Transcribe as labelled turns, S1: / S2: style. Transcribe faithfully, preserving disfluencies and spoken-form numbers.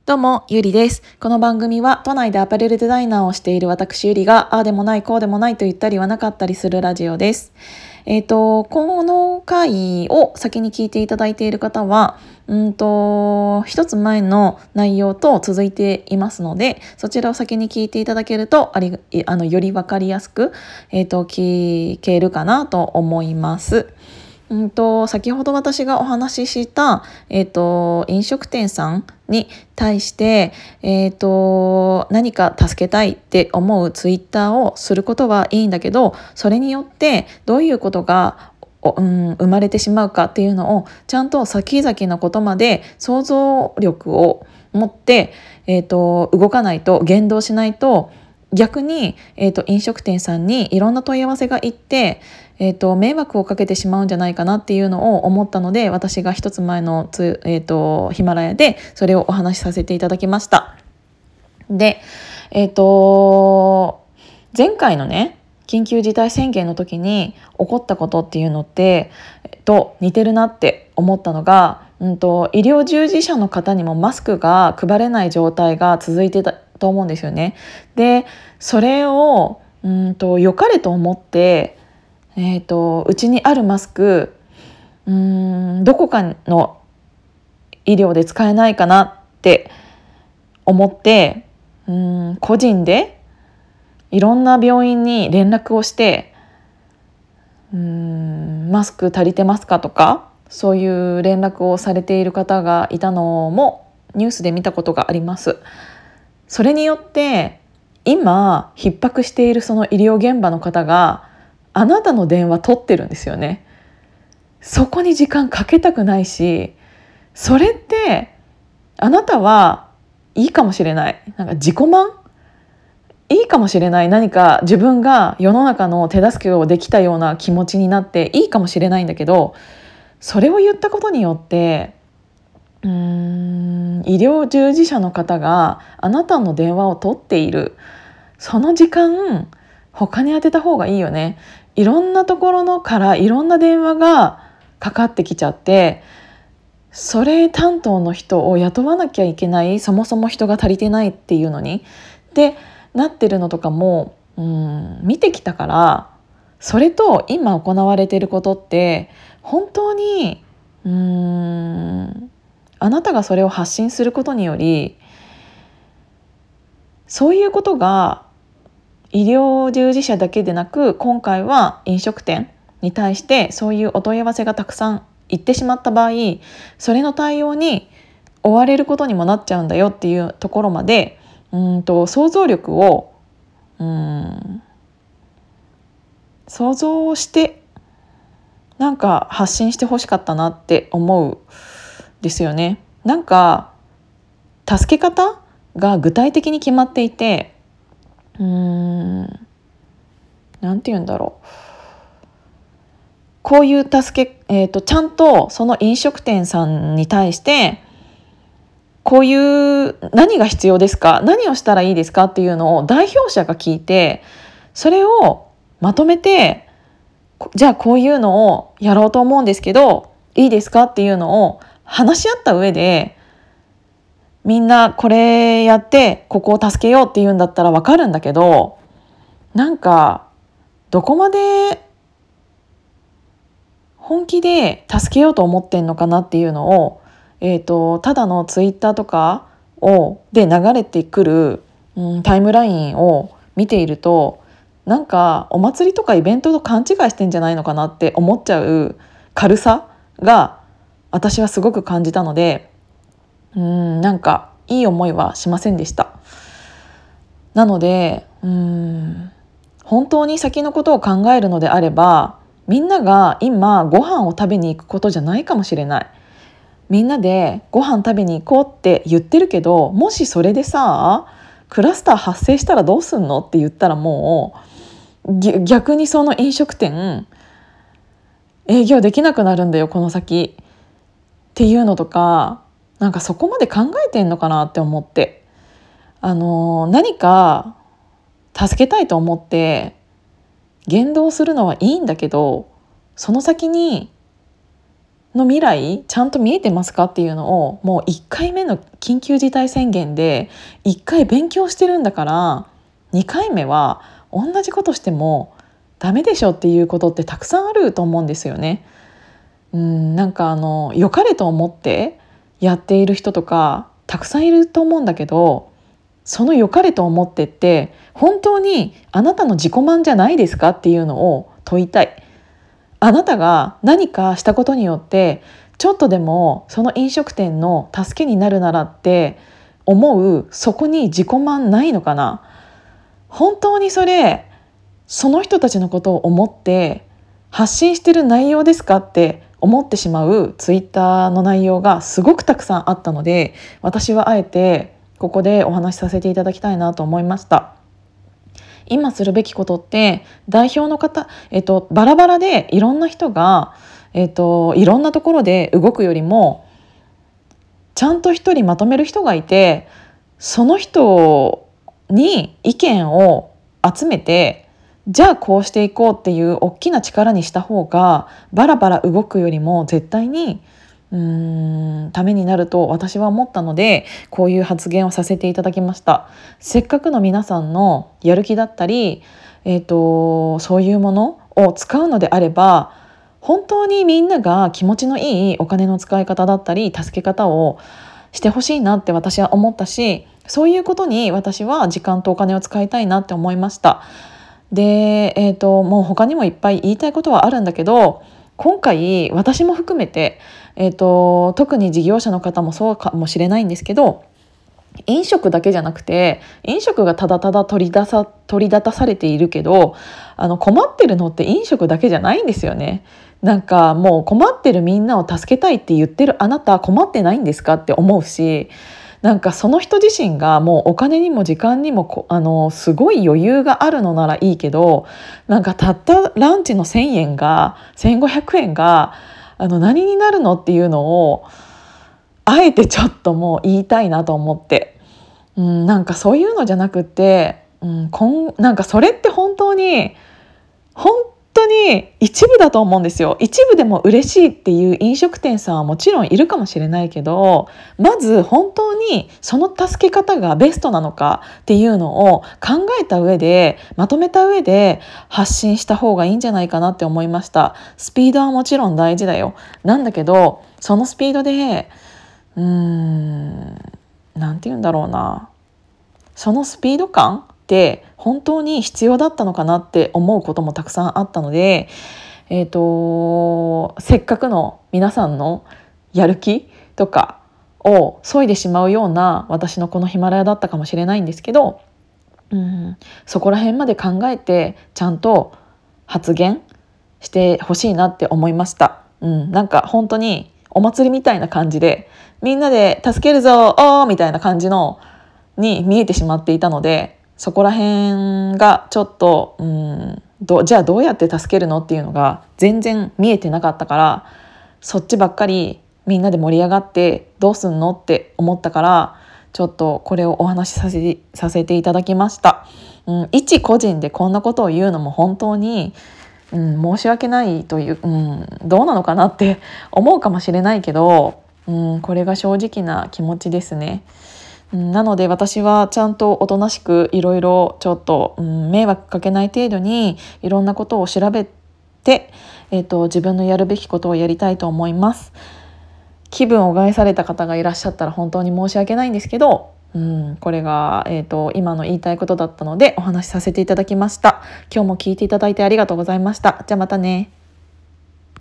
S1: どうも、ゆりです。この番組は都内でアパレルデザイナーをしている私ゆりが、ああでもない、こうでもないと言ったりはなかったりするラジオです。えっと、この回を先に聞いていただいている方は、うんと、一つ前の内容と続いていますので、そちらを先に聞いていただけると、あり、あの、よりわかりやすく、えっと、聞けるかなと思います。うんと先ほど私がお話しした、えーと、飲食店さんに対して、えーと、何か助けたいって思うツイッターをすることはいいんだけど、それによってどういうことがうん、生まれてしまうかっていうのをちゃんと先々のことまで想像力を持って、えーと、動かないと、言動しないと逆に、えーと、飲食店さんにいろんな問い合わせがいって、えーと、迷惑をかけてしまうんじゃないかなっていうのを思ったので、私が一つ前のつ、えーと、ヒマラヤでそれをお話しさせていただきました。で、えっと、前回のね、緊急事態宣言の時に起こったことっていうのって、えっと、似てるなって思ったのが、うんと、医療従事者の方にもマスクが配れない状態が続いてたと思うんですよね。で、それをうんと良かれと思って、えっと、うちにあるマスク、うんどこかの医療で使えないかなって思って、うん個人でいろんな病院に連絡をして、うーんマスク足りてますかとか、そういう連絡をされている方がいたのもニュースで見たことがあります。それによって今逼迫しているその医療現場の方があなたの電話取ってるんですよね。そこに時間かけたくないし、それってあなたはいいかもしれない、なんか自己満いいかもしれない、何か自分が世の中の手助けをできたような気持ちになっていいかもしれないんだけど、それを言ったことによってうーん医療従事者の方があなたの電話を取っている、その時間他に当てた方がいいよね。いろんなところのからいろんな電話がかかってきちゃって、それ担当の人を雇わなきゃいけない、そもそも人が足りてないっていうのにでなってるのとかもうん見てきたから、それと今行われていることって本当にうーんあなたがそれを発信することにより、そういうことが医療従事者だけでなく、今回は飲食店に対してそういうお問い合わせがたくさん行ってしまった場合、それの対応に追われることにもなっちゃうんだよっていうところまで、うんと想像力をうん想像してなんか発信してほしかったなって思うですよね。なんか助け方が具体的に決まっていて、うーんなんて言うんだろう、こういう助け、えーと、ちゃんとその飲食店さんに対してこういう何が必要ですか、何をしたらいいですかっていうのを代表者が聞いて、それをまとめて、じゃあこういうのをやろうと思うんですけどいいですかっていうのを話し合った上で、みんなこれやってここを助けようっていうんだったらわかるんだけど、なんかどこまで本気で助けようと思ってんのかなっていうのを、えーと、ただのツイッターとかをで流れてくる、うん、タイムラインを見ていると、なんかお祭りとかイベントと勘違いしてんじゃないのかなって思っちゃう軽さが私はすごく感じたので、うんなんかいい思いはしませんでした。なのでうん本当に先のことを考えるのであれば、みんなが今ご飯を食べに行くことじゃないかもしれない。みんなでご飯食べに行こうって言ってるけど、もしそれでさクラスター発生したらどうすんのって言ったら、もう逆にその飲食店営業できなくなるんだよこの先っていうのとか、なんかそこまで考えてんのかなって思って、あの何か助けたいと思って言動するのはいいんだけど、その先にの未来ちゃんと見えてますかっていうのをもういっかいめの緊急事態宣言でいっかい勉強してるんだから、にかいめは同じことしてもダメでしょっていうことってたくさんあると思うんですよね。うんなんかあの良かれと思ってやっている人とかたくさんいると思うんだけど、その良かれと思ってって本当にあなたの自己満じゃないですかっていうのを問いたい。あなたが何かしたことによってちょっとでもその飲食店の助けになるならって思う、そこに自己満ないのかな。本当にそれその人たちのことを思って発信してる内容ですかって思ってしまうツイッターの内容がすごくたくさんあったので、私はあえてここでお話しさせていただきたいなと思いました。今するべきことって代表の方、えっと、バラバラでいろんな人が、えっと、いろんなところで動くよりもちゃんと一人まとめる人がいて、その人に意見を集めて、じゃあこうしていこうっていう大きな力にした方がバラバラ動くよりも絶対にうーんためになると私は思ったので、こういう発言をさせていただきました。せっかくの皆さんのやる気だったり、えーと、そういうものを使うのであれば、本当にみんなが気持ちのいいお金の使い方だったり助け方をしてほしいなって私は思ったし、そういうことに私は時間とお金を使いたいなって思いました。で、えーと、もう他にもいっぱい言いたいことはあるんだけど、今回私も含めて、えーと、特に事業者の方もそうかもしれないんですけど、飲食だけじゃなくて飲食がただただ取り出さ取り立たされているけど、あの困ってるのって飲食だけじゃないんですよね。なんかもう困ってるみんなを助けたいって言ってるあなた困ってないんですかって思うし、なんかその人自身がもうお金にも時間にもこあのすごい余裕があるのならいいけど、なんかたったランチのせんえんがせんごひゃくえんがあの何になるのっていうのをあえてちょっともう言いたいなと思って、うん、なんかそういうのじゃなくって、うん、こんなんかそれって本当に本当に一部だと思うんですよ。一部でも嬉しいっていう飲食店さんはもちろんいるかもしれないけど、まず本当にその助け方がベストなのかっていうのを考えた上でまとめた上で発信した方がいいんじゃないかなって思いました。スピードはもちろん大事だよ。なんだけどそのスピードでうーんなんて言うんだろうな、そのスピード感って本当に必要だったのかなって思うこともたくさんあったので、えーと、せっかくの皆さんのやる気とかを削いでしまうような私のこのヒマラヤだったかもしれないんですけど、うん、そこら辺まで考えてちゃんと発言してほしいなって思いました。うん、なんか本当にお祭りみたいな感じでみんなで助けるぞおーみたいな感じのに見えてしまっていたので、そこら辺がちょっとうんどじゃあどうやって助けるのっていうのが全然見えてなかったから、そっちばっかりみんなで盛り上がってどうすんのって思ったから、ちょっとこれをお話しさせて、させていただきました。うん、一個人でこんなことを言うのも本当に、うん、申し訳ないという、うん、どうなのかなって思うかもしれないけど、うん、これが正直な気持ちですね。なので私はちゃんとおとなしくいろいろちょっと、うん、迷惑かけない程度にいろんなことを調べて、えーと、自分のやるべきことをやりたいと思います。気分を害された方がいらっしゃったら本当に申し訳ないんですけど、うん、これが、えーと、今の言いたいことだったのでお話しさせていただきました。今日も聞いていただいてありがとうございました。じゃあまたね。